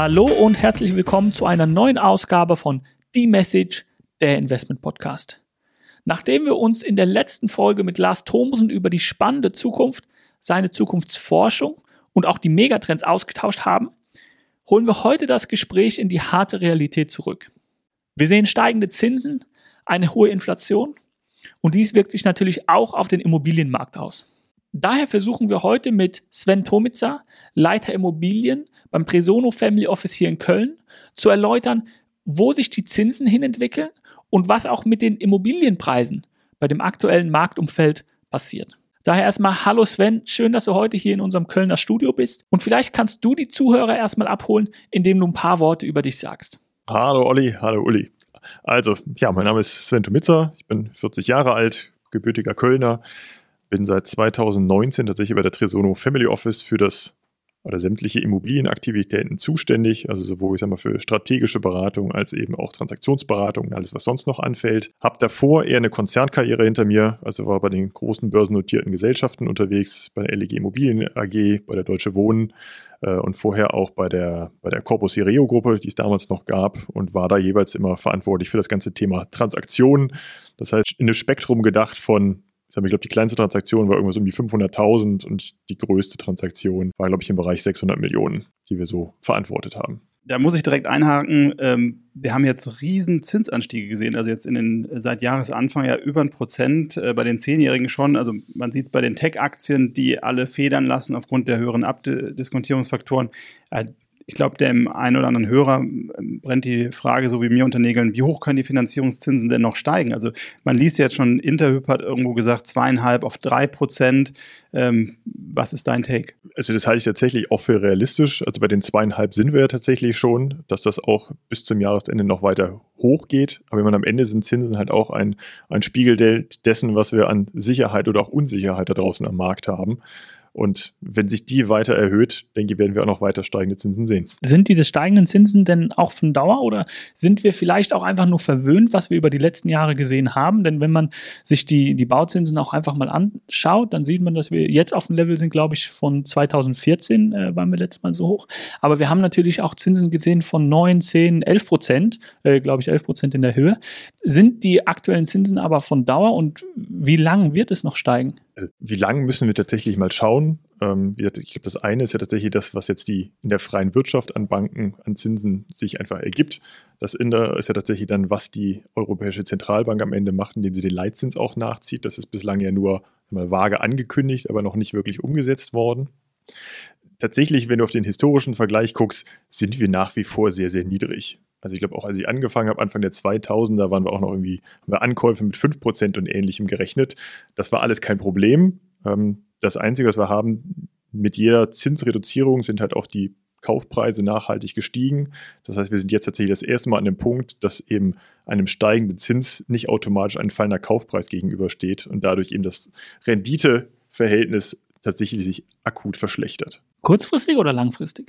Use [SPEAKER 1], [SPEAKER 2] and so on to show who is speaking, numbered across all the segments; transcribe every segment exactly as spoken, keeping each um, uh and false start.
[SPEAKER 1] Hallo und herzlich willkommen zu einer neuen Ausgabe von Die Message, der Investment Podcast. Nachdem wir uns in der letzten Folge mit Lars Thomsen über die spannende Zukunft, seine Zukunftsforschung und auch die Megatrends ausgetauscht haben, holen wir heute das Gespräch in die harte Realität zurück. Wir sehen steigende Zinsen, eine hohe Inflation und dies wirkt sich natürlich auch auf den Immobilienmarkt aus. Daher versuchen wir heute mit Sven Tomitzer, Leiter Immobilien beim Tresono Family Office hier in Köln, zu erläutern, wo sich die Zinsen hin entwickeln und was auch mit den Immobilienpreisen bei dem aktuellen Marktumfeld passiert. Daher erstmal hallo Sven, schön, dass du heute hier in unserem Kölner Studio bist und vielleicht kannst du die Zuhörer erstmal abholen, indem du ein paar Worte über dich sagst.
[SPEAKER 2] Hallo Olli, hallo Uli. Also, ja, mein Name ist Sven Tomitzer, ich bin vierzig Jahre alt, gebürtiger Kölner, bin seit zweitausendneunzehn tatsächlich bei der Tresono Family Office für das oder sämtliche Immobilienaktivitäten zuständig, also sowohl ich sag mal für strategische Beratung als eben auch Transaktionsberatung, alles was sonst noch anfällt. Hab davor eher eine Konzernkarriere hinter mir, also war bei den großen börsennotierten Gesellschaften unterwegs, bei der L E G Immobilien A G, bei der Deutsche Wohnen äh, und vorher auch bei der bei der Corpus Sireo Gruppe, die es damals noch gab und war da jeweils immer verantwortlich für das ganze Thema Transaktionen. Das heißt, in einem Spektrum gedacht von Ich glaube, die kleinste Transaktion war irgendwas um die fünfhunderttausend und die größte Transaktion war, glaube ich, im Bereich sechshundert Millionen, die wir so verantwortet haben.
[SPEAKER 3] Da muss ich direkt einhaken. Ähm, wir haben jetzt riesen Zinsanstiege gesehen. Also jetzt in den, seit Jahresanfang ja über ein Prozent, äh, bei den Zehnjährigen schon. Also man sieht es bei den Tech-Aktien, die alle federn lassen aufgrund der höheren Abdiskontierungsfaktoren. Äh, Ich glaube, dem einen oder anderen Hörer brennt die Frage, so wie mir unter Nägeln, wie hoch können die Finanzierungszinsen denn noch steigen? Also man liest jetzt schon, Interhyp hat irgendwo gesagt, zweieinhalb auf drei Prozent. Ähm, was ist dein Take?
[SPEAKER 2] Also das halte ich tatsächlich auch für realistisch. Also bei den zweieinhalb sind wir ja tatsächlich schon, dass das auch bis zum Jahresende noch weiter hochgeht. Aber wenn man am Ende sind Zinsen halt auch ein, ein Spiegel dessen, was wir an Sicherheit oder auch Unsicherheit da draußen am Markt haben. Und wenn sich die weiter erhöht, denke ich, werden wir auch noch weiter steigende Zinsen sehen.
[SPEAKER 1] Sind diese steigenden Zinsen denn auch von Dauer oder sind wir vielleicht auch einfach nur verwöhnt, was wir über die letzten Jahre gesehen haben? Denn wenn man sich die, die Bauzinsen auch einfach mal anschaut, dann sieht man, dass wir jetzt auf dem Level sind, glaube ich, von zweitausendvierzehn äh, waren wir letztes Mal so hoch. Aber wir haben natürlich auch Zinsen gesehen von neun, zehn, elf Prozent, äh, glaube ich elf Prozent in der Höhe. Sind die aktuellen Zinsen aber von Dauer und wie lang wird es noch steigen?
[SPEAKER 2] Also wie lang müssen wir tatsächlich mal schauen? Ähm, ich glaube, das eine ist ja tatsächlich das, was jetzt die in der freien Wirtschaft an Banken, an Zinsen sich einfach ergibt. Das andere ist ja tatsächlich dann, was die Europäische Zentralbank am Ende macht, indem sie den Leitzins auch nachzieht. Das ist bislang ja nur mal vage angekündigt, aber noch nicht wirklich umgesetzt worden. Tatsächlich, wenn du auf den historischen Vergleich guckst, sind wir nach wie vor sehr, sehr niedrig. Also ich glaube auch, als ich angefangen habe, Anfang der zweitausender, waren wir auch noch irgendwie, haben wir Ankäufe mit fünf Prozent und Ähnlichem gerechnet. Das war alles kein Problem. Das Einzige, was wir haben, mit jeder Zinsreduzierung sind halt auch die Kaufpreise nachhaltig gestiegen. Das heißt, wir sind jetzt tatsächlich das erste Mal an dem Punkt, dass eben einem steigenden Zins nicht automatisch ein fallender Kaufpreis gegenübersteht und dadurch eben das Renditeverhältnis tatsächlich sich akut verschlechtert.
[SPEAKER 1] Kurzfristig oder langfristig?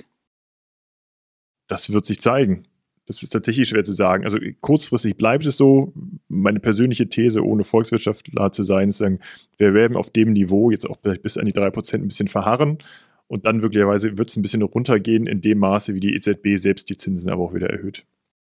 [SPEAKER 2] Das wird sich zeigen. Das ist tatsächlich schwer zu sagen. Also kurzfristig bleibt es so. Meine persönliche These, ohne Volkswirtschaftler zu sein, ist, sagen, wir werden auf dem Niveau jetzt auch bis an die drei Prozent ein bisschen verharren. Und dann wirklicherweise wird es ein bisschen runtergehen in dem Maße, wie die E Z B selbst die Zinsen aber auch wieder erhöht.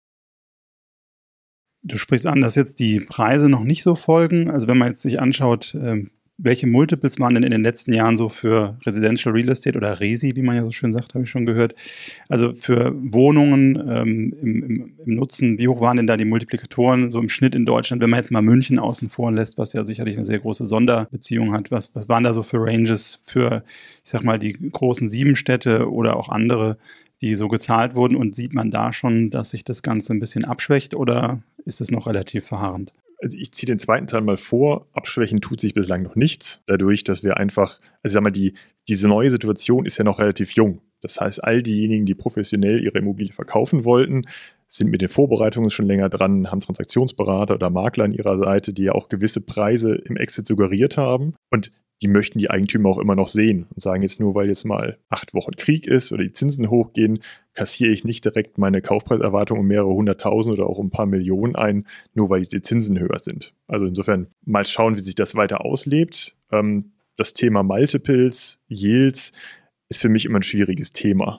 [SPEAKER 3] Du sprichst an, dass jetzt die Preise noch nicht so folgen. Also wenn man jetzt sich anschaut, ähm welche Multiples waren denn in den letzten Jahren so für Residential Real Estate oder Resi, wie man ja so schön sagt, habe ich schon gehört. Also für Wohnungen ähm, im, im, im Nutzen, wie hoch waren denn da die Multiplikatoren so im Schnitt in Deutschland, wenn man jetzt mal München außen vor lässt, was ja sicherlich eine sehr große Sonderbeziehung hat. Was, was waren da so für Ranges für, ich sag mal, die großen sieben Städte oder auch andere, die so gezahlt wurden? Und sieht man da schon, dass sich das Ganze ein bisschen abschwächt oder ist es noch relativ verharrend?
[SPEAKER 2] Also ich ziehe den zweiten Teil mal vor. Abschwächen tut sich bislang noch nichts. Dadurch, dass wir einfach, also sag mal, die, diese neue Situation ist ja noch relativ jung. Das heißt, all diejenigen, die professionell ihre Immobilie verkaufen wollten, sind mit den Vorbereitungen schon länger dran, haben Transaktionsberater oder Makler an ihrer Seite, die ja auch gewisse Preise im Exit suggeriert haben. Und die möchten die Eigentümer auch immer noch sehen und sagen jetzt nur, weil jetzt mal acht Wochen Krieg ist oder die Zinsen hochgehen, kassiere ich nicht direkt meine Kaufpreiserwartung um mehrere hunderttausend oder auch um ein paar Millionen ein, nur weil die Zinsen höher sind. Also insofern mal schauen, wie sich das weiter auslebt. Das Thema Multiples, Yields ist für mich immer ein schwieriges Thema,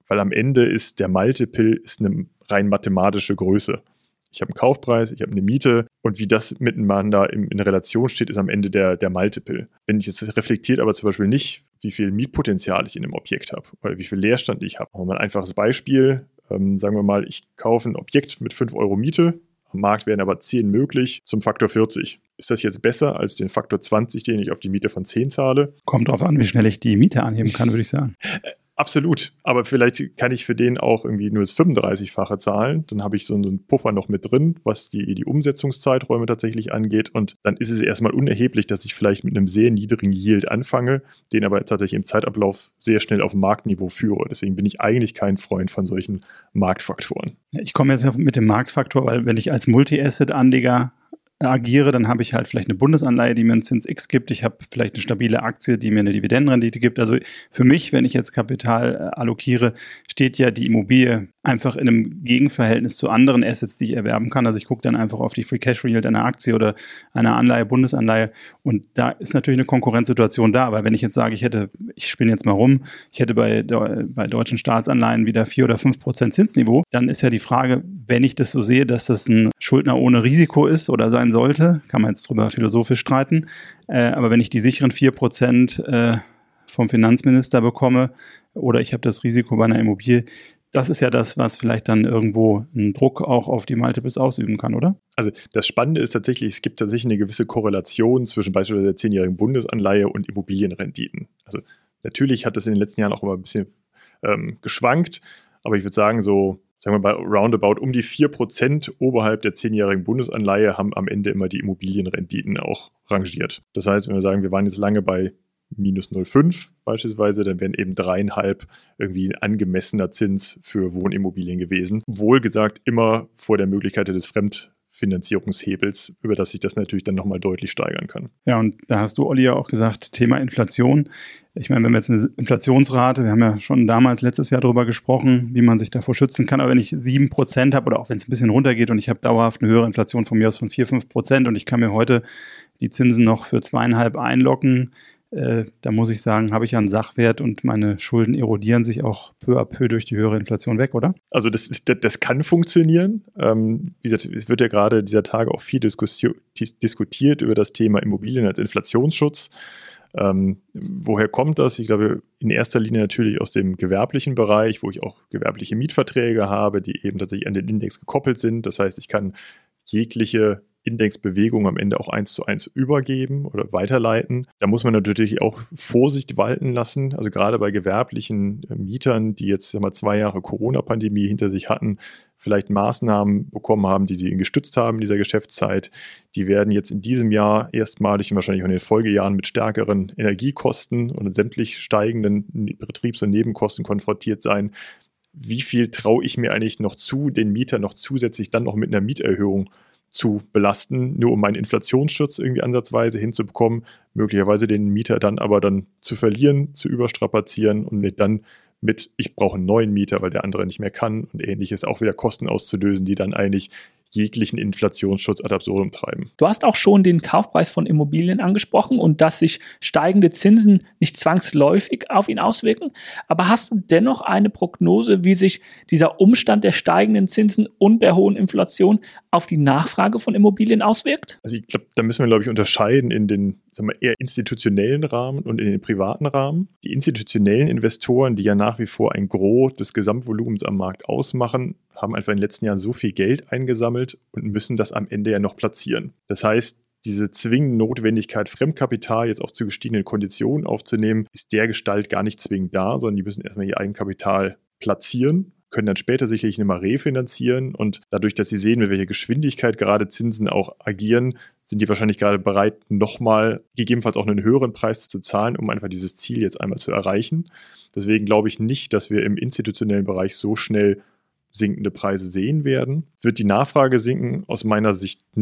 [SPEAKER 2] weil am Ende ist der Multiple ist eine rein mathematische Größe. Ich habe einen Kaufpreis, ich habe eine Miete und wie das miteinander in, in Relation steht, ist am Ende der, der Multiple. Wenn ich jetzt reflektiert aber zum Beispiel nicht, wie viel Mietpotenzial ich in einem Objekt habe oder wie viel Leerstand ich habe. Machen wir mal ein einfaches Beispiel. Ähm, sagen wir mal, ich kaufe ein Objekt mit fünf Euro Miete, am Markt wären aber zehn möglich zum Faktor vierzig. Ist das jetzt besser als den Faktor zwanzig, den ich auf die Miete von zehn zahle?
[SPEAKER 3] Kommt drauf an, wie schnell ich die Miete anheben kann, würde ich sagen.
[SPEAKER 2] Absolut, aber vielleicht kann ich für den auch irgendwie nur das fünfunddreißigfache zahlen. Dann habe ich so einen Puffer noch mit drin, was die, die Umsetzungszeiträume tatsächlich angeht. Und dann ist es erstmal unerheblich, dass ich vielleicht mit einem sehr niedrigen Yield anfange, den aber tatsächlich im Zeitablauf sehr schnell auf Marktniveau führe. Deswegen bin ich eigentlich kein Freund von solchen Marktfaktoren.
[SPEAKER 3] Ich komme jetzt mit dem Marktfaktor, weil wenn ich als Multi-Asset-Anleger agiere, dann habe ich halt vielleicht eine Bundesanleihe, die mir einen Zins X gibt. Ich habe vielleicht eine stabile Aktie, die mir eine Dividendenrendite gibt. Also für mich, wenn ich jetzt Kapital äh, allokiere, steht ja die Immobilie einfach in einem Gegenverhältnis zu anderen Assets, die ich erwerben kann. Also ich gucke dann einfach auf die Free Cash Yield einer Aktie oder einer Anleihe, Bundesanleihe. Und da ist natürlich eine Konkurrenzsituation da. Aber wenn ich jetzt sage, ich hätte, ich spinne jetzt mal rum, ich hätte bei, bei deutschen Staatsanleihen wieder vier oder fünf Prozent Zinsniveau, dann ist ja die Frage, wenn ich das so sehe, dass das ein Schuldner ohne Risiko ist oder sein sollte, kann man jetzt drüber philosophisch streiten, äh, aber wenn ich die sicheren vier Prozent äh, vom Finanzminister bekomme oder ich habe das Risiko bei einer Immobilie, das ist ja das, was vielleicht dann irgendwo einen Druck auch auf die Multiples ausüben kann, oder?
[SPEAKER 2] Also das Spannende ist tatsächlich, es gibt tatsächlich eine gewisse Korrelation zwischen beispielsweise der zehnjährigen Bundesanleihe und Immobilienrenditen. Also natürlich hat das in den letzten Jahren auch immer ein bisschen ähm, geschwankt, aber ich würde sagen, so sagen wir bei roundabout um die vier Prozent oberhalb der zehnjährigen Bundesanleihe haben am Ende immer die Immobilienrenditen auch rangiert. Das heißt, wenn wir sagen, wir waren jetzt lange bei minus null Komma fünf beispielsweise, dann wären eben dreieinhalb irgendwie ein angemessener Zins für Wohnimmobilien gewesen. Wohlgesagt immer vor der Möglichkeit des Fremdfinanzierungshebels, über das sich das natürlich dann nochmal deutlich steigern kann.
[SPEAKER 3] Ja, und da hast du, Olli, ja auch gesagt, Thema Inflation. Ich meine, wenn wir jetzt eine Inflationsrate, wir haben ja schon damals letztes Jahr darüber gesprochen, wie man sich davor schützen kann, aber wenn ich sieben Prozent habe oder auch wenn es ein bisschen runtergeht und ich habe dauerhaft eine höhere Inflation von mir aus von vier, fünf Prozent und ich kann mir heute die Zinsen noch für zweieinhalb einlocken, äh, da muss ich sagen, habe ich ja einen Sachwert und meine Schulden erodieren sich auch peu à peu durch die höhere Inflation weg, oder?
[SPEAKER 2] Also das, das, das kann funktionieren. Ähm, wie gesagt, es wird ja gerade dieser Tage auch viel diskussi- diskutiert über das Thema Immobilien als Inflationsschutz. Ähm, woher kommt das? Ich glaube, in erster Linie natürlich aus dem gewerblichen Bereich, wo ich auch gewerbliche Mietverträge habe, die eben tatsächlich an den Index gekoppelt sind. Das heißt, ich kann jegliche Indexbewegung am Ende auch eins zu eins übergeben oder weiterleiten. Da muss man natürlich auch Vorsicht walten lassen. Also gerade bei gewerblichen Mietern, die jetzt sagen wir, zwei Jahre Corona-Pandemie hinter sich hatten, vielleicht Maßnahmen bekommen haben, die sie gestützt haben in dieser Geschäftszeit. Die werden jetzt in diesem Jahr erstmalig und wahrscheinlich auch in den Folgejahren mit stärkeren Energiekosten und sämtlich steigenden Betriebs- und Nebenkosten konfrontiert sein. Wie viel traue ich mir eigentlich noch zu, den Mieter noch zusätzlich dann noch mit einer Mieterhöhung zu belasten, nur um meinen Inflationsschutz irgendwie ansatzweise hinzubekommen, möglicherweise den Mieter dann aber dann zu verlieren, zu überstrapazieren und mit dann mit, ich brauche einen neuen Mieter, weil der andere nicht mehr kann und ähnliches, auch wieder Kosten auszulösen, die dann eigentlich jeglichen Inflationsschutz ad absurdum treiben.
[SPEAKER 1] Du hast auch schon den Kaufpreis von Immobilien angesprochen und dass sich steigende Zinsen nicht zwangsläufig auf ihn auswirken. Aber hast du dennoch eine Prognose, wie sich dieser Umstand der steigenden Zinsen und der hohen Inflation auf die Nachfrage von Immobilien auswirkt?
[SPEAKER 2] Also ich glaube, da müssen wir, glaube ich, unterscheiden in den sagen wir, eher institutionellen Rahmen und in den privaten Rahmen. Die institutionellen Investoren, die ja nach wie vor ein Gros des Gesamtvolumens am Markt ausmachen, haben einfach in den letzten Jahren so viel Geld eingesammelt und müssen das am Ende ja noch platzieren. Das heißt, diese zwingende Notwendigkeit, Fremdkapital jetzt auch zu gestiegenen Konditionen aufzunehmen, ist der Gestalt gar nicht zwingend da, sondern die müssen erstmal ihr Eigenkapital platzieren, können dann später sicherlich nicht mal refinanzieren und dadurch, dass sie sehen, mit welcher Geschwindigkeit gerade Zinsen auch agieren, sind die wahrscheinlich gerade bereit, nochmal gegebenenfalls auch einen höheren Preis zu zahlen, um einfach dieses Ziel jetzt einmal zu erreichen. Deswegen glaube ich nicht, dass wir im institutionellen Bereich so schnell sinkende Preise sehen werden. Wird die Nachfrage sinken? Aus meiner Sicht nicht,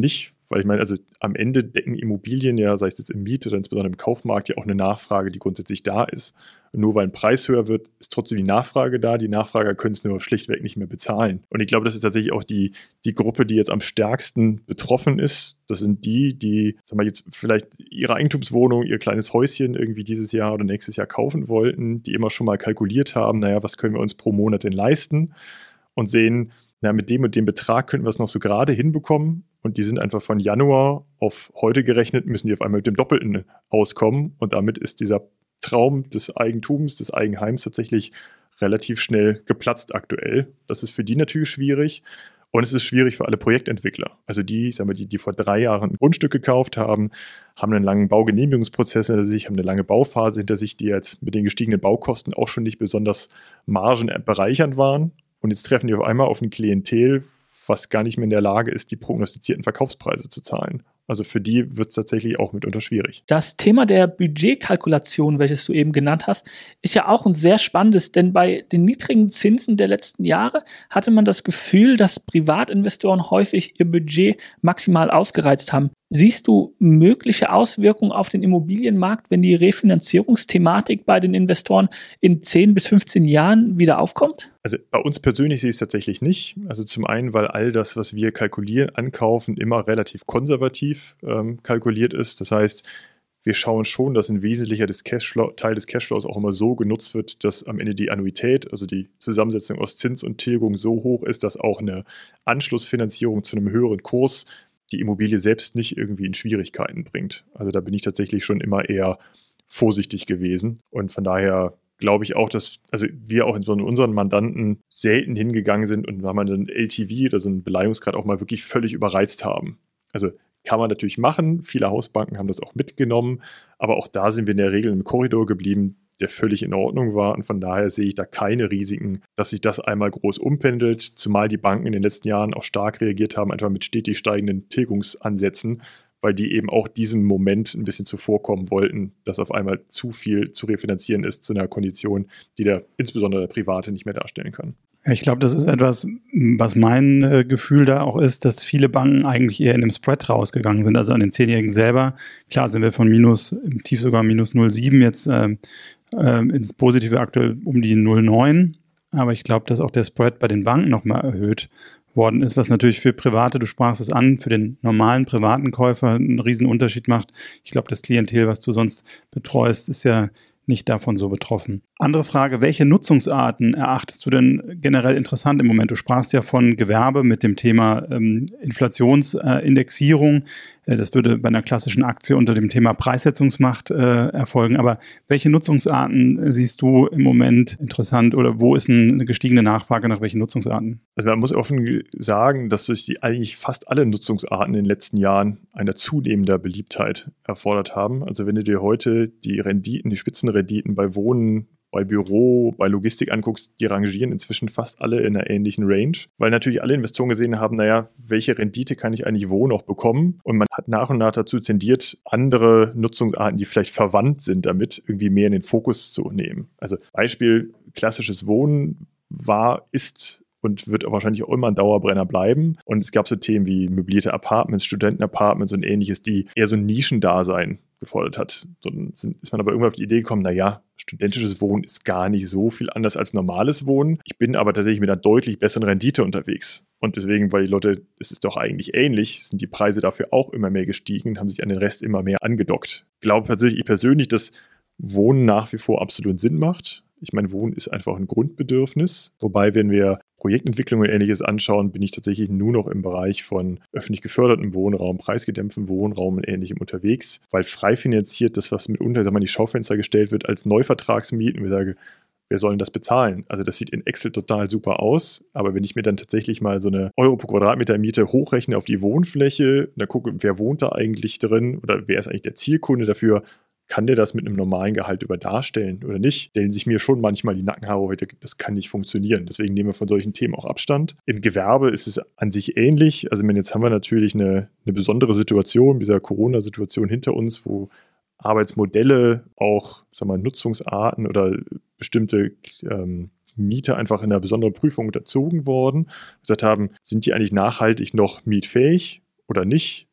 [SPEAKER 2] Weil ich meine, also am Ende decken Immobilien ja, sei es jetzt im Miet- oder insbesondere im Kaufmarkt, ja auch eine Nachfrage, die grundsätzlich da ist. Und nur weil ein Preis höher wird, ist trotzdem die Nachfrage da. Die Nachfrager können es nur schlichtweg nicht mehr bezahlen. Und ich glaube, das ist tatsächlich auch die, die Gruppe, die jetzt am stärksten betroffen ist. Das sind die, die, sagen wir jetzt vielleicht ihre Eigentumswohnung, ihr kleines Häuschen irgendwie dieses Jahr oder nächstes Jahr kaufen wollten, die immer schon mal kalkuliert haben, naja, was können wir uns pro Monat denn leisten? Und sehen, na, mit dem und dem Betrag könnten wir es noch so gerade hinbekommen. Und die sind einfach von Januar auf heute gerechnet, müssen die auf einmal mit dem Doppelten auskommen. Und damit ist dieser Traum des Eigentums, des Eigenheims tatsächlich relativ schnell geplatzt aktuell. Das ist für die natürlich schwierig. Und es ist schwierig für alle Projektentwickler. Also die, sagen wir, die, die vor drei Jahren ein Grundstück gekauft haben, haben einen langen Baugenehmigungsprozess hinter sich, haben eine lange Bauphase hinter sich, die jetzt mit den gestiegenen Baukosten auch schon nicht besonders margenbereichernd waren. Und jetzt treffen die auf einmal auf ein Klientel, was gar nicht mehr in der Lage ist, die prognostizierten Verkaufspreise zu zahlen. Also für die wird es tatsächlich auch mitunter schwierig.
[SPEAKER 1] Das Thema der Budgetkalkulation, welches du eben genannt hast, ist ja auch ein sehr spannendes, denn bei den niedrigen Zinsen der letzten Jahre hatte man das Gefühl, dass Privatinvestoren häufig ihr Budget maximal ausgereizt haben. Siehst du mögliche Auswirkungen auf den Immobilienmarkt, wenn die Refinanzierungsthematik bei den Investoren in zehn bis fünfzehn Jahren wieder aufkommt?
[SPEAKER 2] Also bei uns persönlich sehe ich es tatsächlich nicht. Also zum einen, weil all das, was wir kalkulieren, ankaufen, immer relativ konservativ ähm, kalkuliert ist. Das heißt, wir schauen schon, dass ein wesentlicher des Cashflow, Teil des Cashflows auch immer so genutzt wird, dass am Ende die Annuität, also die Zusammensetzung aus Zins und Tilgung so hoch ist, dass auch eine Anschlussfinanzierung zu einem höheren Kurs die Immobilie selbst nicht irgendwie in Schwierigkeiten bringt. Also da bin ich tatsächlich schon immer eher vorsichtig gewesen. Und von daher glaube ich auch, dass also wir auch insbesondere unseren Mandanten selten hingegangen sind und haben einen L T V oder so einen Beleihungsgrad auch mal wirklich völlig überreizt haben. Also kann man natürlich machen. Viele Hausbanken haben das auch mitgenommen. Aber auch da sind wir in der Regel im Korridor geblieben, der völlig in Ordnung war. Und von daher sehe ich da keine Risiken, dass sich das einmal groß umpendelt, zumal die Banken in den letzten Jahren auch stark reagiert haben, einfach mit stetig steigenden Tilgungsansätzen, weil die eben auch diesem Moment ein bisschen zuvorkommen wollten, dass auf einmal zu viel zu refinanzieren ist zu einer Kondition, die der insbesondere der Private nicht mehr darstellen kann.
[SPEAKER 3] Ich glaube, das ist etwas, was mein äh, Gefühl da auch ist, dass viele Banken eigentlich eher in dem Spread rausgegangen sind, also an den Zehnjährigen selber. Klar sind wir von minus, im Tief sogar minus null Komma sieben jetzt äh, äh, ins Positive aktuell um die null Komma neun. Aber ich glaube, dass auch der Spread bei den Banken nochmal erhöht worden ist, was natürlich für Private, du sprachst es an, für den normalen privaten Käufer einen riesen Unterschied macht. Ich glaube, das Klientel, was du sonst betreust, ist ja nicht davon so betroffen. Andere Frage, welche Nutzungsarten erachtest du denn generell interessant im Moment? Du sprachst ja von Gewerbe mit dem Thema ähm, Inflationsindexierung. Äh, das würde bei einer klassischen Aktie unter dem Thema Preissetzungsmacht äh, erfolgen. Aber welche Nutzungsarten siehst du im Moment interessant oder wo ist eine gestiegene Nachfrage nach welchen Nutzungsarten?
[SPEAKER 2] Also man muss offen sagen, dass durch die eigentlich fast alle Nutzungsarten in den letzten Jahren eine zunehmender Beliebtheit erfordert haben. Also wenn du dir heute die Renditen, die Spitzenrenditen bei Wohnen, bei Büro, bei Logistik anguckst, die rangieren inzwischen fast alle in einer ähnlichen Range, weil natürlich alle Investoren gesehen haben, naja, welche Rendite kann ich eigentlich wo noch bekommen? Und man hat nach und nach dazu tendiert, andere Nutzungsarten, die vielleicht verwandt sind damit, irgendwie mehr in den Fokus zu nehmen. Also Beispiel, klassisches Wohnen war, ist und wird auch wahrscheinlich auch immer ein Dauerbrenner bleiben. Und es gab so Themen wie möblierte Apartments, Studentenapartments und ähnliches, die eher so ein Nischendasein gefordert hat. Dann ist man aber irgendwann auf die Idee gekommen, naja, studentisches Wohnen ist gar nicht so viel anders als normales Wohnen. Ich bin aber tatsächlich mit einer deutlich besseren Rendite unterwegs. Und deswegen, weil die Leute, es ist doch eigentlich ähnlich, sind die Preise dafür auch immer mehr gestiegen und haben sich an den Rest immer mehr angedockt. Ich glaube tatsächlich, ich persönlich, dass Wohnen nach wie vor absolut Sinn macht. Ich meine, Wohnen ist einfach ein Grundbedürfnis. Wobei, wenn wir Projektentwicklung und Ähnliches anschauen, bin ich tatsächlich nur noch im Bereich von öffentlich gefördertem Wohnraum, preisgedämpftem Wohnraum und Ähnlichem unterwegs, weil frei finanziert das, was mitunter sagen wir, die Schaufenster gestellt wird als Neuvertragsmieten, wir sagen, wer soll denn das bezahlen? Also das sieht in Excel total super aus, aber wenn ich mir dann tatsächlich mal so eine Euro pro Quadratmeter Miete hochrechne auf die Wohnfläche, dann gucke, wer wohnt da eigentlich drin oder wer ist eigentlich der Zielkunde dafür, kann der das mit einem normalen Gehalt über darstellen oder nicht? Stellen sich mir schon manchmal die Nackenhaare heute, das kann nicht funktionieren. Deswegen nehmen wir von solchen Themen auch Abstand. Im Gewerbe ist es an sich ähnlich. Also jetzt haben wir natürlich eine, eine besondere Situation, dieser Corona-Situation hinter uns, wo Arbeitsmodelle, auch sagen wir, Nutzungsarten oder bestimmte ähm, Mieter einfach in einer besonderen Prüfung unterzogen worden. Gesagt haben, sind die eigentlich nachhaltig noch mietfähig oder nicht?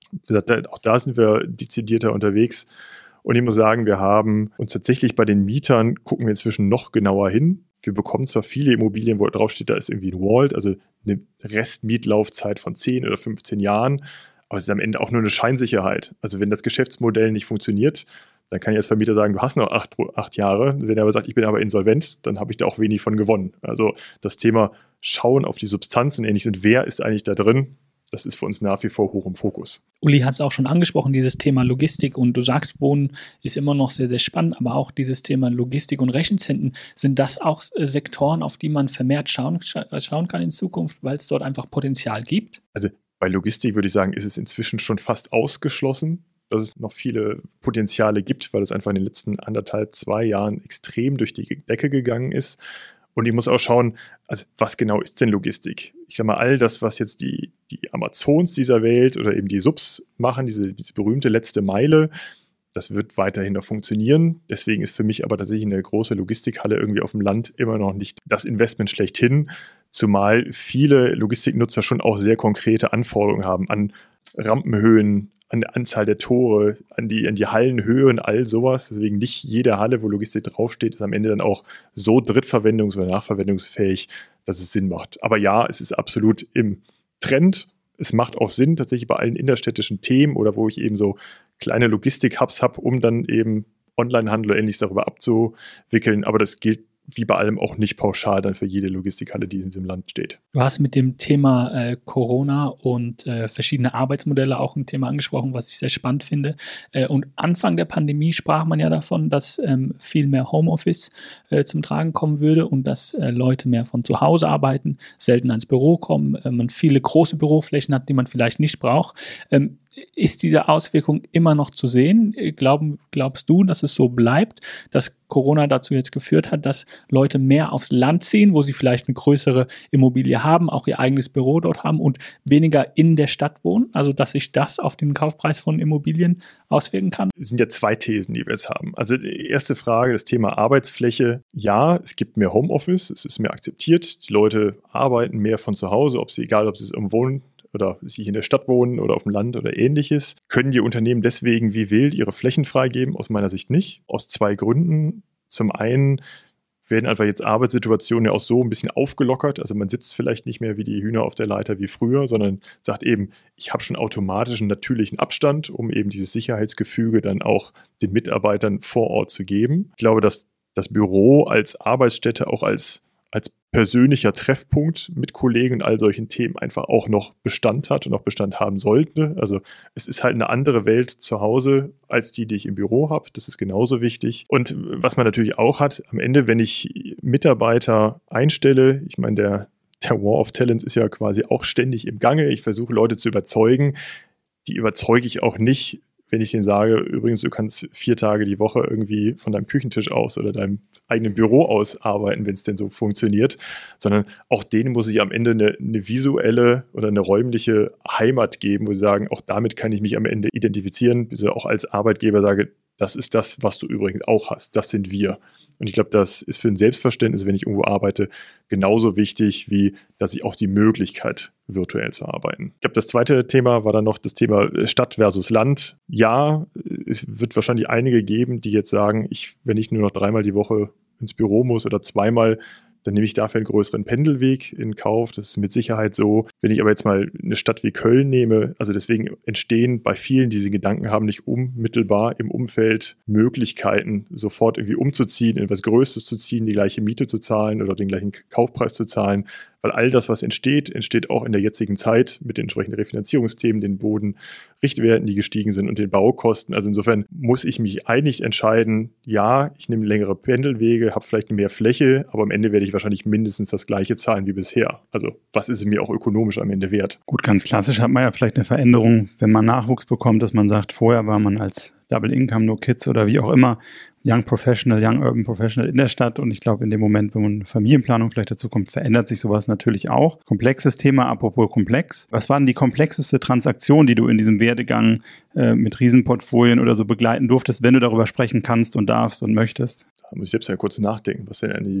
[SPEAKER 2] Wie gesagt, auch da sind wir dezidierter unterwegs. Und ich muss sagen, wir haben uns tatsächlich bei den Mietern, gucken wir inzwischen noch genauer hin. Wir bekommen zwar viele Immobilien, wo drauf steht, da ist irgendwie ein Vault, also eine Restmietlaufzeit von zehn oder fünfzehn Jahren, aber es ist am Ende auch nur eine Scheinsicherheit. Also wenn das Geschäftsmodell nicht funktioniert, dann kann ich als Vermieter sagen, du hast noch acht, acht Jahre. Wenn er aber sagt, ich bin aber insolvent, dann habe ich da auch wenig von gewonnen. Also das Thema Schauen auf die Substanz und ähnliches und wer ist eigentlich da drin, das ist für uns nach wie vor hoch im Fokus.
[SPEAKER 1] Uli hat es auch schon angesprochen, dieses Thema Logistik, und du sagst, Wohnen ist immer noch sehr, sehr spannend, aber auch dieses Thema Logistik und Rechenzentren, sind das auch Sektoren, auf die man vermehrt schauen, schauen kann in Zukunft, weil es dort einfach Potenzial gibt?
[SPEAKER 2] Also bei Logistik würde ich sagen, ist es inzwischen schon fast ausgeschlossen, dass es noch viele Potenziale gibt, weil es einfach in den letzten anderthalb, zwei Jahren extrem durch die Decke gegangen ist. Und ich muss auch schauen, also was genau ist denn Logistik? Ich sage mal, all das, was jetzt die, die Amazons dieser Welt oder eben die Subs machen, diese, diese berühmte letzte Meile, das wird weiterhin noch funktionieren. Deswegen ist für mich aber tatsächlich eine große Logistikhalle irgendwie auf dem Land immer noch nicht das Investment schlechthin, zumal viele Logistiknutzer schon auch sehr konkrete Anforderungen haben an Rampenhöhen, an die Anzahl der Tore, an die, an die Hallenhöhen, all sowas. Deswegen nicht jede Halle, wo Logistik draufsteht, ist am Ende dann auch so drittverwendungs- oder nachverwendungsfähig, dass es Sinn macht. Aber ja, es ist absolut im Trend. Es macht auch Sinn, tatsächlich bei allen innerstädtischen Themen oder wo ich eben so kleine Logistik-Hubs habe, um dann eben Onlinehandel oder ähnliches darüber abzuwickeln. Aber das gilt wie bei allem auch nicht pauschal dann für jede Logistikhalle, die in diesem Land steht.
[SPEAKER 1] Du hast mit dem Thema äh, Corona und äh, verschiedene Arbeitsmodelle auch ein Thema angesprochen, was ich sehr spannend finde. Äh, und Anfang der Pandemie sprach man ja davon, dass ähm, viel mehr Homeoffice äh, zum Tragen kommen würde und dass äh, Leute mehr von zu Hause arbeiten, selten ans Büro kommen, äh, man viele große Büroflächen hat, die man vielleicht nicht braucht. Ähm, Ist diese Auswirkung immer noch zu sehen? Glauben, glaubst du, dass es so bleibt, dass Corona dazu jetzt geführt hat, dass Leute mehr aufs Land ziehen, wo sie vielleicht eine größere Immobilie haben, auch ihr eigenes Büro dort haben und weniger in der Stadt wohnen? Also, dass sich das auf den Kaufpreis von Immobilien auswirken kann?
[SPEAKER 2] Es sind ja zwei Thesen, die wir jetzt haben. Also die erste Frage, das Thema Arbeitsfläche. Ja, es gibt mehr Homeoffice, es ist mehr akzeptiert. Die Leute arbeiten mehr von zu Hause, ob sie, egal ob sie es im Wohnen oder sich in der Stadt wohnen oder auf dem Land oder ähnliches. Können die Unternehmen deswegen wie wild ihre Flächen freigeben? Aus meiner Sicht nicht. Aus zwei Gründen. Zum einen werden einfach jetzt Arbeitssituationen ja auch so ein bisschen aufgelockert. Also man sitzt vielleicht nicht mehr wie die Hühner auf der Leiter wie früher, sondern sagt eben, ich habe schon automatisch einen natürlichen Abstand, um eben dieses Sicherheitsgefüge dann auch den Mitarbeitern vor Ort zu geben. Ich glaube, dass das Büro als Arbeitsstätte auch als als persönlicher Treffpunkt mit Kollegen und all solchen Themen einfach auch noch Bestand hat und auch Bestand haben sollte. Also es ist halt eine andere Welt zu Hause als die, die ich im Büro habe. Das ist genauso wichtig. Und was man natürlich auch hat, am Ende, wenn ich Mitarbeiter einstelle, ich meine, der, der War of Talents ist ja quasi auch ständig im Gange. Ich versuche Leute zu überzeugen. Die überzeuge ich auch nicht, wenn ich denen sage, übrigens, du kannst vier Tage die Woche irgendwie von deinem Küchentisch aus oder deinem eigenen Büro aus arbeiten, wenn es denn so funktioniert, sondern auch denen muss ich am Ende eine, eine visuelle oder eine räumliche Heimat geben, wo sie sagen, auch damit kann ich mich am Ende identifizieren, also auch als Arbeitgeber sage, das ist das, was du übrigens auch hast, das sind wir. Und ich glaube, das ist für ein Selbstverständnis, wenn ich irgendwo arbeite, genauso wichtig, wie dass ich auch die Möglichkeit virtuell zu arbeiten. Ich glaube, das zweite Thema war dann noch das Thema Stadt versus Land. Ja, es wird wahrscheinlich einige geben, die jetzt sagen, ich, wenn ich nur noch dreimal die Woche ins Büro muss oder zweimal, dann nehme ich dafür einen größeren Pendelweg in Kauf. Das ist mit Sicherheit so. Wenn ich aber jetzt mal eine Stadt wie Köln nehme, also deswegen entstehen bei vielen, die diese Gedanken haben, nicht unmittelbar im Umfeld Möglichkeiten, sofort irgendwie umzuziehen, in etwas Größeres zu ziehen, die gleiche Miete zu zahlen oder den gleichen Kaufpreis zu zahlen. Weil all das, was entsteht, entsteht auch in der jetzigen Zeit mit den entsprechenden Refinanzierungsthemen, den Bodenrichtwerten, die gestiegen sind und den Baukosten. Also insofern muss ich mich eigentlich entscheiden, ja, ich nehme längere Pendelwege, habe vielleicht mehr Fläche, aber am Ende werde ich wahrscheinlich mindestens das Gleiche zahlen wie bisher. Also was ist es mir auch ökonomisch am Ende wert?
[SPEAKER 3] Gut, ganz klassisch hat man ja vielleicht eine Veränderung, wenn man Nachwuchs bekommt, dass man sagt, vorher war man als Double Income, No Kids oder wie auch immer, Young Professional, Young Urban Professional in der Stadt. Und ich glaube, in dem Moment, wenn man Familienplanung vielleicht dazu kommt, verändert sich sowas natürlich auch. Komplexes Thema, apropos komplex. Was war denn die komplexeste Transaktion, die du in diesem Werdegang äh, mit Riesenportfolien oder so begleiten durftest, wenn du darüber sprechen kannst und darfst und möchtest?
[SPEAKER 2] Da muss ich selbst ja kurz nachdenken, was denn die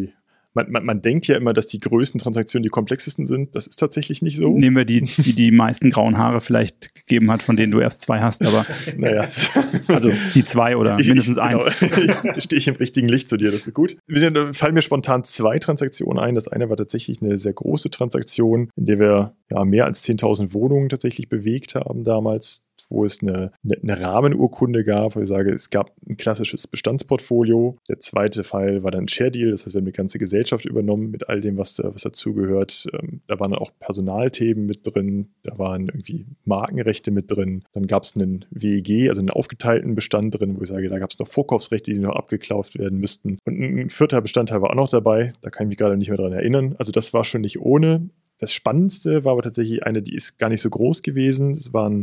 [SPEAKER 2] Man, man, man denkt ja immer, dass die größten Transaktionen die komplexesten sind. Das ist tatsächlich nicht so.
[SPEAKER 3] Nehmen wir die, die die meisten grauen Haare vielleicht gegeben hat, von denen du erst zwei hast, aber
[SPEAKER 2] naja.
[SPEAKER 3] Also die zwei oder
[SPEAKER 2] ich,
[SPEAKER 3] mindestens
[SPEAKER 2] ich,
[SPEAKER 3] eins.
[SPEAKER 2] Genau. Stehe ich im richtigen Licht zu dir, das ist gut. Da fallen mir spontan zwei Transaktionen ein. Das eine war tatsächlich eine sehr große Transaktion, in der wir ja, mehr als zehntausend Wohnungen tatsächlich bewegt haben damals, wo es eine, eine, eine Rahmenurkunde gab, wo ich sage, es gab ein klassisches Bestandsportfolio. Der zweite Fall war dann ein Share Deal, das heißt, wir haben eine ganze Gesellschaft übernommen mit all dem, was, was dazugehört. Ähm, da waren dann auch Personalthemen mit drin, da waren irgendwie Markenrechte mit drin. Dann gab es einen W E G, also einen aufgeteilten Bestand drin, wo ich sage, da gab es noch Vorkaufsrechte, die noch abgekauft werden müssten. Und ein vierter Bestandteil war auch noch dabei, da kann ich mich gerade nicht mehr dran erinnern. Also das war schon nicht ohne. Das Spannendste war aber tatsächlich eine, die ist gar nicht so groß gewesen. Es waren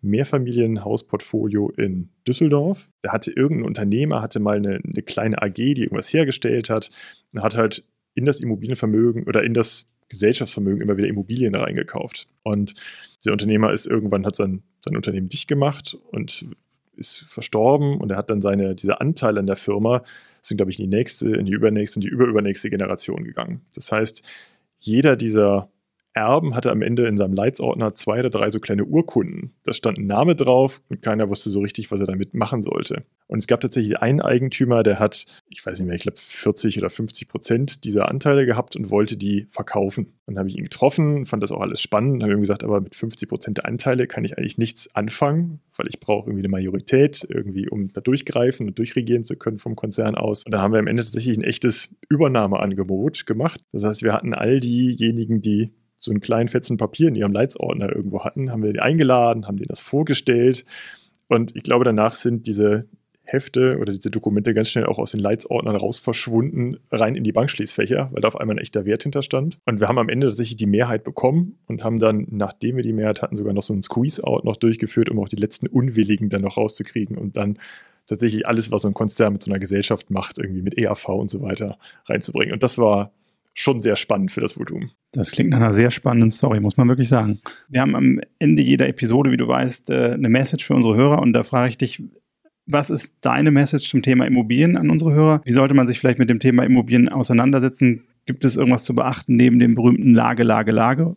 [SPEAKER 2] Mehrfamilienhausportfolio in Düsseldorf. Da hatte irgendein Unternehmer, hatte mal eine, eine kleine A G, die irgendwas hergestellt hat, und hat halt in das Immobilienvermögen oder in das Gesellschaftsvermögen immer wieder Immobilien reingekauft. Und dieser Unternehmer ist irgendwann, hat sein, sein Unternehmen dicht gemacht und ist verstorben, und er hat dann seine, diese Anteile an der Firma, sind, glaube ich, in die nächste, in die übernächste und die überübernächste Generation gegangen. Das heißt, jeder dieser Erben hatte am Ende in seinem Leitsordner zwei oder drei so kleine Urkunden. Da stand ein Name drauf und keiner wusste so richtig, was er damit machen sollte. Und es gab tatsächlich einen Eigentümer, der hat, ich weiß nicht mehr, ich glaube vierzig oder fünfzig Prozent dieser Anteile gehabt und wollte die verkaufen. Und dann habe ich ihn getroffen, fand das auch alles spannend, habe ihm gesagt, aber mit fünfzig Prozent der Anteile kann ich eigentlich nichts anfangen, weil ich brauche irgendwie eine Majorität, irgendwie, um da durchgreifen und durchregieren zu können vom Konzern aus. Und da haben wir am Ende tatsächlich ein echtes Übernahmeangebot gemacht. Das heißt, wir hatten all diejenigen, die so einen kleinen fetzen Papier in ihrem Leitsordner irgendwo hatten, haben wir die eingeladen, haben denen das vorgestellt, und ich glaube, danach sind diese Hefte oder diese Dokumente ganz schnell auch aus den Leitsordnern raus verschwunden, rein in die Bankschließfächer, weil da auf einmal ein echter Wert hinterstand. Und wir haben am Ende tatsächlich die Mehrheit bekommen und haben dann, nachdem wir die Mehrheit hatten, sogar noch so einen Squeeze-Out noch durchgeführt, um auch die letzten Unwilligen dann noch rauszukriegen und dann tatsächlich alles, was so ein Konzern mit so einer Gesellschaft macht, irgendwie mit E A V und so weiter reinzubringen. Und das war schon sehr spannend für das Volumen.
[SPEAKER 3] Das klingt nach einer sehr spannenden Story, muss man wirklich sagen. Wir haben am Ende jeder Episode, wie du weißt, eine Message für unsere Hörer, und da frage ich dich, was ist deine Message zum Thema Immobilien an unsere Hörer? Wie sollte man sich vielleicht mit dem Thema Immobilien auseinandersetzen? Gibt es irgendwas zu beachten neben dem berühmten Lage, Lage, Lage?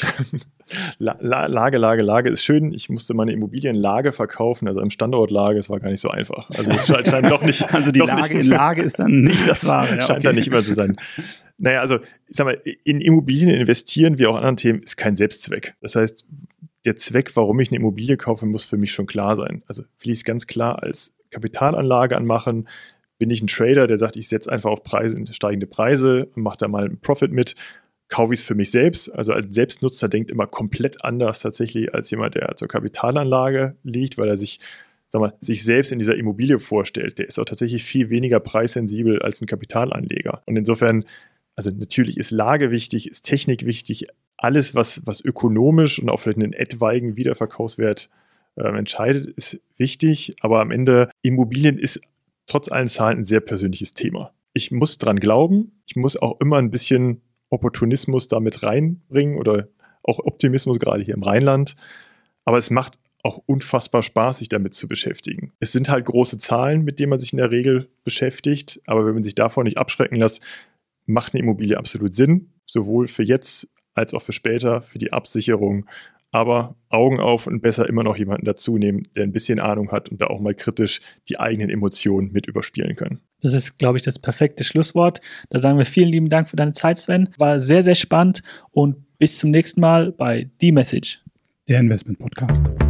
[SPEAKER 2] La- La- Lage, Lage, Lage ist schön. Ich musste meine Immobilienlage verkaufen, also im Standortlage, es war gar nicht so einfach. Also es scheint, scheint doch nicht.
[SPEAKER 3] Also die
[SPEAKER 2] doch
[SPEAKER 3] Lage
[SPEAKER 2] nicht,
[SPEAKER 3] in Lage ist dann nicht das Wahre. Ja,
[SPEAKER 2] scheint
[SPEAKER 3] okay.
[SPEAKER 2] dann nicht immer zu sein. Naja, also ich sag mal, in Immobilien investieren, wie auch anderen Themen, ist kein Selbstzweck. Das heißt, der Zweck, warum ich eine Immobilie kaufe, muss für mich schon klar sein. Also will ich es ganz klar als Kapitalanlage anmachen? Bin ich ein Trader, der sagt, ich setze einfach auf Preise, steigende Preise und mache da mal einen Profit mit? Kaufe ich es für mich selbst? Also als Selbstnutzer denkt immer komplett anders tatsächlich als jemand, der zur Kapitalanlage liegt, weil er sich, sag mal, sich selbst in dieser Immobilie vorstellt. Der ist auch tatsächlich viel weniger preissensibel als ein Kapitalanleger. Und insofern, also natürlich ist Lage wichtig, ist Technik wichtig, alles, was, was ökonomisch und auch vielleicht einen etwaigen Wiederverkaufswert äh, entscheidet, ist wichtig. Aber am Ende, Immobilien ist trotz allen Zahlen ein sehr persönliches Thema. Ich muss dran glauben, ich muss auch immer ein bisschen Opportunismus damit reinbringen oder auch Optimismus, gerade hier im Rheinland. Aber es macht auch unfassbar Spaß, sich damit zu beschäftigen. Es sind halt große Zahlen, mit denen man sich in der Regel beschäftigt. Aber wenn man sich davon nicht abschrecken lässt, macht eine Immobilie absolut Sinn. Sowohl für jetzt als auch für später, für die Absicherung. Aber Augen auf und besser immer noch jemanden dazu nehmen, der ein bisschen Ahnung hat und da auch mal kritisch die eigenen Emotionen mit überspielen kann.
[SPEAKER 1] Das ist, glaube ich, das perfekte Schlusswort. Da sagen wir vielen lieben Dank für deine Zeit, Sven. War sehr, sehr spannend, und bis zum nächsten Mal bei The Message,
[SPEAKER 3] der Investment Podcast.